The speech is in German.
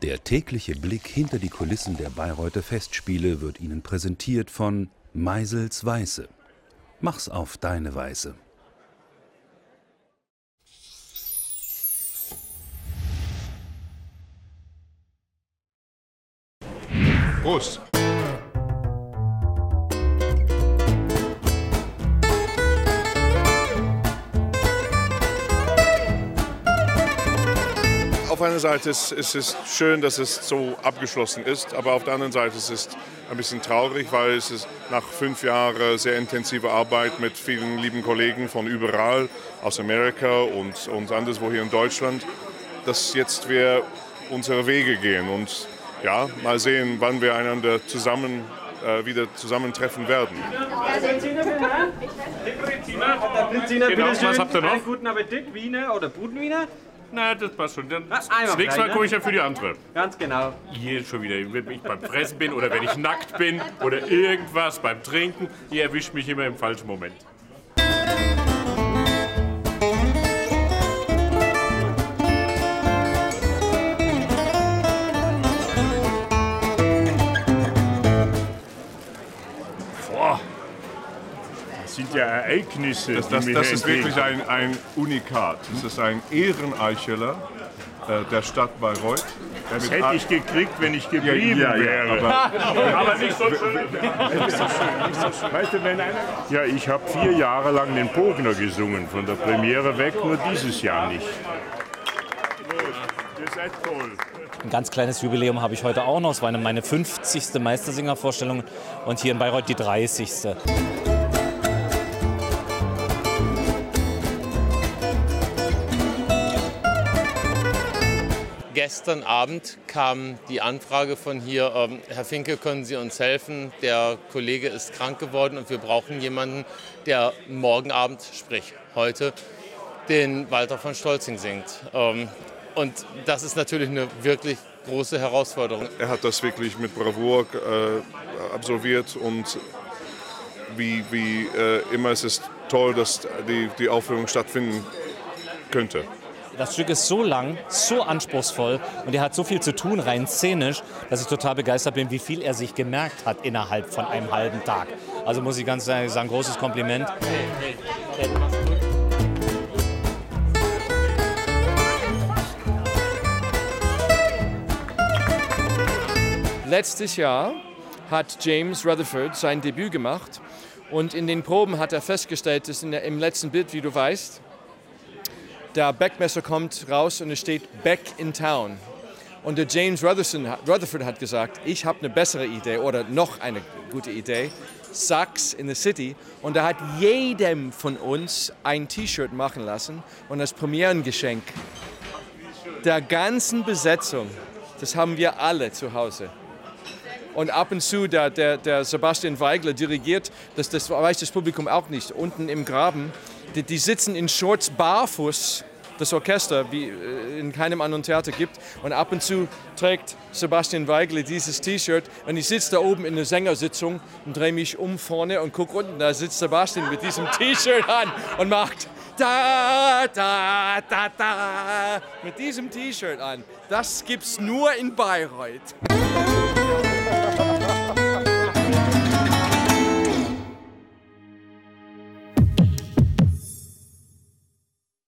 Der tägliche Blick hinter die Kulissen der Bayreuther Festspiele wird Ihnen präsentiert von Meisels Weiße. Mach's auf deine Weise. Prost! Auf einer Seite ist es schön, dass es so abgeschlossen ist, aber auf der anderen Seite ist es ein bisschen traurig, weil es ist nach 5 Jahren sehr intensiver Arbeit mit vielen lieben Kollegen von überall, aus Amerika und anderswo hier in Deutschland, dass jetzt wir unsere Wege gehen und ja, mal sehen, wann wir einander wieder zusammentreffen werden. Genau, was habt ihr noch? Einen guten Appetit, Wiener oder Budenwiener? Na, das passt schon. Das nächste Mal gucke ich ja für die andere. Ganz genau. Hier schon wieder, wenn ich beim Fressen bin oder wenn ich nackt bin oder irgendwas beim Trinken, ihr erwischt mich immer im falschen Moment. Das sind ja Ereignisse. Das ist wirklich ein Unikat. Das ist ein Ehreneicheler der Stadt Bayreuth. Das hätte ich gekriegt, wenn ich geblieben wäre. Aber nicht so schön. Weißt du, wenn einer... Ja, ich habe 4 Jahre lang den Bogner gesungen, von der Premiere weg, nur dieses Jahr nicht. Ihr seid toll. Ein ganz kleines Jubiläum habe ich heute auch noch. Es war meine 50. Meistersingervorstellung und hier in Bayreuth die 30. Gestern Abend kam die Anfrage von hier, Herr Finke, können Sie uns helfen? Der Kollege ist krank geworden und wir brauchen jemanden, der morgen Abend, sprich heute, den Walter von Stolzing singt. Und das ist natürlich eine wirklich große Herausforderung. Er hat das wirklich mit Bravour absolviert und wie immer ist es toll, dass die Aufführung stattfinden könnte. Das Stück ist so lang, so anspruchsvoll und er hat so viel zu tun, rein szenisch, dass ich total begeistert bin, wie viel er sich gemerkt hat innerhalb von einem halben Tag. Also muss ich ganz ehrlich sagen, großes Kompliment. Letztes Jahr hat James Rutherford sein Debüt gemacht und in den Proben hat er festgestellt, dass im letzten Bild, wie du weißt, der Beckmesser kommt raus und es steht Beck in Town. Und der James Rutherford hat gesagt, ich habe eine bessere Idee oder noch eine gute Idee, Sax in the City. Und er hat jedem von uns ein T-Shirt machen lassen und das Premierengeschenk der ganzen Besetzung, das haben wir alle zu Hause. Und ab und zu der Sebastian Weigler dirigiert, das weiß das Publikum auch nicht, unten im Graben. Die sitzen in Shorts barfuß, das Orchester, wie in keinem anderen Theater gibt. Und ab und zu trägt Sebastian Weigler dieses T-Shirt. Und ich sitze da oben in der Sängersitzung und drehe mich um vorne und gucke unten. Da sitzt Sebastian mit diesem T-Shirt an und macht da, da, da, da mit diesem T-Shirt an. Das gibt's nur in Bayreuth.